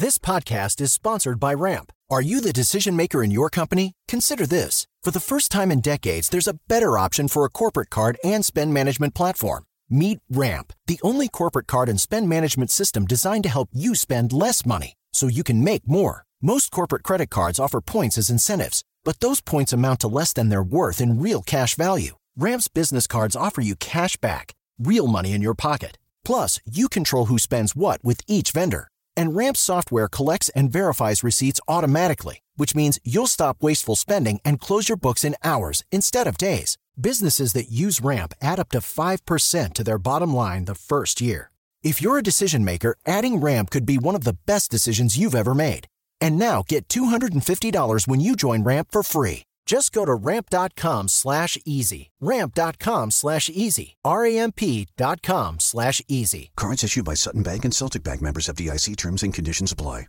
This podcast is sponsored by Ramp. Are you the decision maker in your company? Consider this. For the first time in decades, there's a better option for a corporate card and spend management platform. Meet Ramp, the only corporate card and spend management system designed to help you spend less money so you can make more. Most corporate credit cards offer points as incentives, but those points amount to less than their worth in real cash value. Ramp's business cards offer you cash back, real money in your pocket. Plus, you control who spends what with each vendor. And Ramp's software collects and verifies receipts automatically, which means you'll stop wasteful spending and close your books in hours instead of days. Businesses that use Ramp add up to 5% to their bottom line the first year. If you're a decision maker, adding Ramp could be one of the best decisions you've ever made. And now get $250 when you join Ramp for free. Just go to ramp.com/easy. Ramp.com/easy. RAMP.com/easy. Cards issued by Sutton Bank and Celtic Bank, members FDIC. Terms and conditions apply.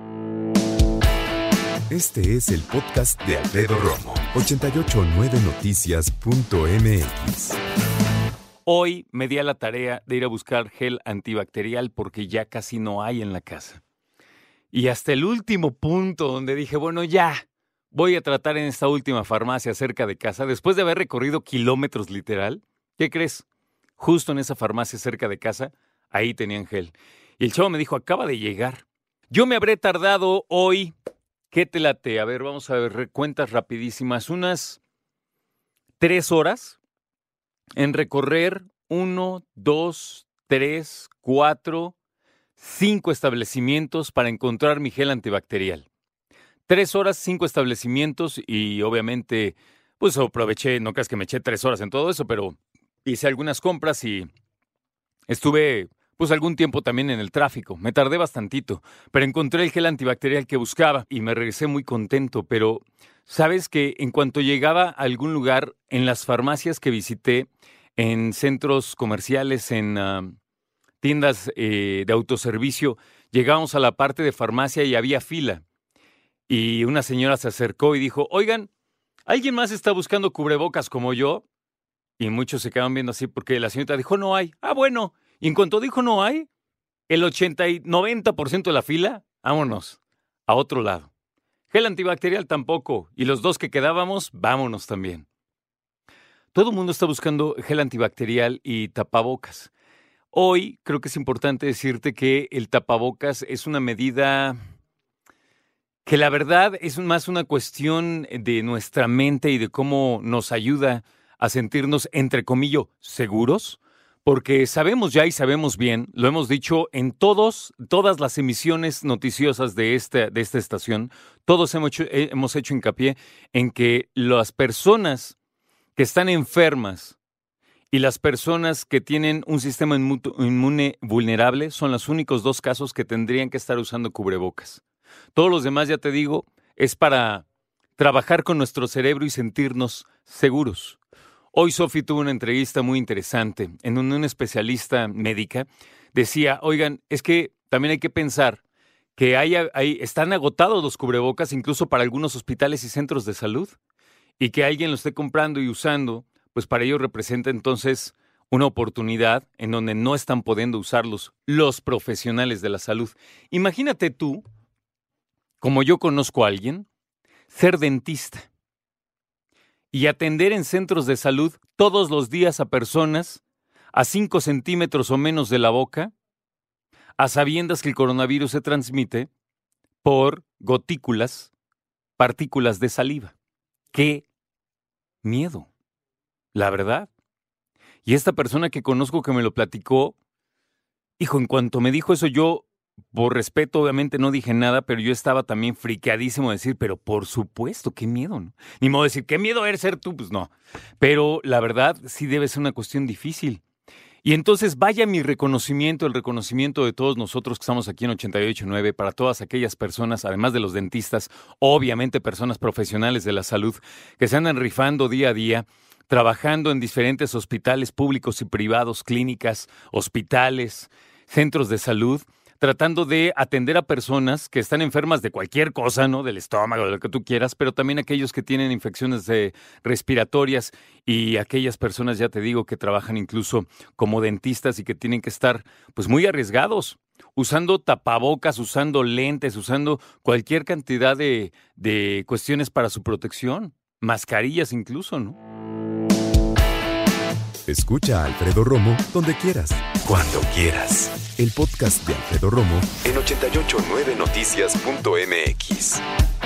Este es el podcast de Alfredo Romo, 889noticias.mx. Hoy me di a la tarea de ir a buscar gel antibacterial porque ya casi no hay en la casa. Y hasta el último punto donde dije, bueno, ya, voy a tratar en esta última farmacia cerca de casa, después de haber recorrido kilómetros literal. ¿Qué crees? Justo en esa farmacia cerca de casa, ahí tenían gel. Y el chavo me dijo, acaba de llegar. Yo me habré tardado hoy, ¿qué te late? A ver, vamos a ver, cuentas rapidísimas. Unas 3 horas en recorrer 1, 2, 3, 4, 5 establecimientos para encontrar mi gel antibacterial. 3 horas, 5 establecimientos y obviamente, pues aproveché, no creas que me eché 3 horas en todo eso, pero hice algunas compras y estuve pues algún tiempo también en el tráfico. Me tardé bastantito, pero encontré el gel antibacterial que buscaba y me regresé muy contento. Pero, ¿sabes que en cuanto llegaba a algún lugar, en las farmacias que visité, en centros comerciales, en tiendas de autoservicio, llegábamos a la parte de farmacia y había fila? Y una señora se acercó y dijo, oigan, ¿alguien más está buscando cubrebocas como yo? Y muchos se quedaron viendo así porque la señorita dijo, no hay. Ah, bueno. Y en cuanto dijo no hay, el 80 y 90% de la fila, vámonos, a otro lado. Gel antibacterial tampoco. Y los 2 que quedábamos, vámonos también. Todo el mundo está buscando gel antibacterial y tapabocas. Hoy creo que es importante decirte que el tapabocas es una medida que la verdad es más una cuestión de nuestra mente y de cómo nos ayuda a sentirnos, entre comillas, seguros, porque sabemos ya y sabemos bien, lo hemos dicho en todas las emisiones noticiosas de esta estación, todos hemos hecho hincapié en que las personas que están enfermas y las personas que tienen un sistema inmune vulnerable son los únicos 2 casos que tendrían que estar usando cubrebocas. Todos los demás, ya te digo, es para trabajar con nuestro cerebro y sentirnos seguros. Hoy Sofi tuvo una entrevista muy interesante en donde un especialista médica decía, oigan, es que también hay que pensar que están agotados los cubrebocas incluso para algunos hospitales y centros de salud y que alguien lo esté comprando y usando, pues para ello representa entonces una oportunidad en donde no están pudiendo usarlos los profesionales de la salud. Imagínate tú, como yo conozco a alguien, ser dentista y atender en centros de salud todos los días a personas a 5 centímetros o menos de la boca, a sabiendas que el coronavirus se transmite por gotículas, partículas de saliva. ¡Qué miedo! La verdad. Y esta persona que conozco que me lo platicó, hijo, en cuanto me dijo eso yo, por respeto, obviamente no dije nada, pero yo estaba también friqueadísimo de decir, pero por supuesto, qué miedo, ¿no? Ni modo de decir, qué miedo eres ser tú, pues no. Pero la verdad sí debe ser una cuestión difícil. Y entonces vaya mi reconocimiento, el reconocimiento de todos nosotros que estamos aquí en 88.9, para todas aquellas personas, además de los dentistas, obviamente personas profesionales de la salud, que se andan rifando día a día, trabajando en diferentes hospitales públicos y privados, clínicas, hospitales, centros de salud, tratando de atender a personas que están enfermas de cualquier cosa, ¿no? Del estómago, de lo que tú quieras, pero también aquellos que tienen infecciones respiratorias y aquellas personas, ya te digo, que trabajan incluso como dentistas y que tienen que estar pues muy arriesgados. usando tapabocas, usando lentes, usando cualquier cantidad de cuestiones para su protección, mascarillas incluso, ¿no? Escucha a Alfredo Romo donde quieras, cuando quieras. El podcast de Alfredo Romo en 889noticias.mx.